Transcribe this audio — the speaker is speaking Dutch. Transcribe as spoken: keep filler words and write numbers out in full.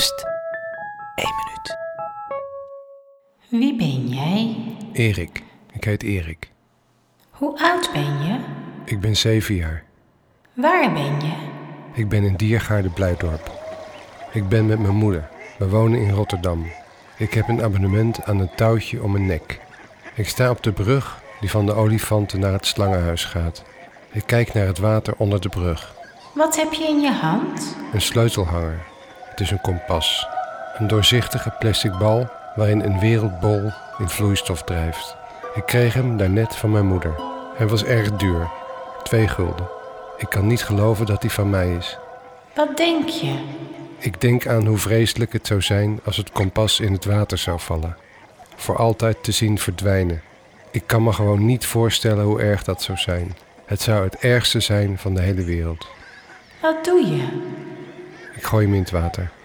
Pst, één minuut. Wie ben jij? Erik. Ik heet Erik. Hoe oud ben je? Ik ben zeven jaar. Waar ben je? Ik ben in Diergaarde Blijdorp. Ik ben met mijn moeder. We wonen in Rotterdam. Ik heb een abonnement aan een touwtje om mijn nek. Ik sta op de brug die van de olifanten naar het slangenhuis gaat. Ik kijk naar het water onder de brug. Wat heb je in je hand? Een sleutelhanger. Het is een kompas. Een doorzichtige plastic bal waarin een wereldbol in vloeistof drijft. Ik kreeg hem daarnet van mijn moeder. Hij was erg duur. Twee gulden. Ik kan niet geloven dat hij van mij is. Wat denk je? Ik denk aan hoe vreselijk het zou zijn als het kompas in het water zou vallen. Voor altijd te zien verdwijnen. Ik kan me gewoon niet voorstellen hoe erg dat zou zijn. Het zou het ergste zijn van de hele wereld. Wat doe je? Ik gooi hem in het water.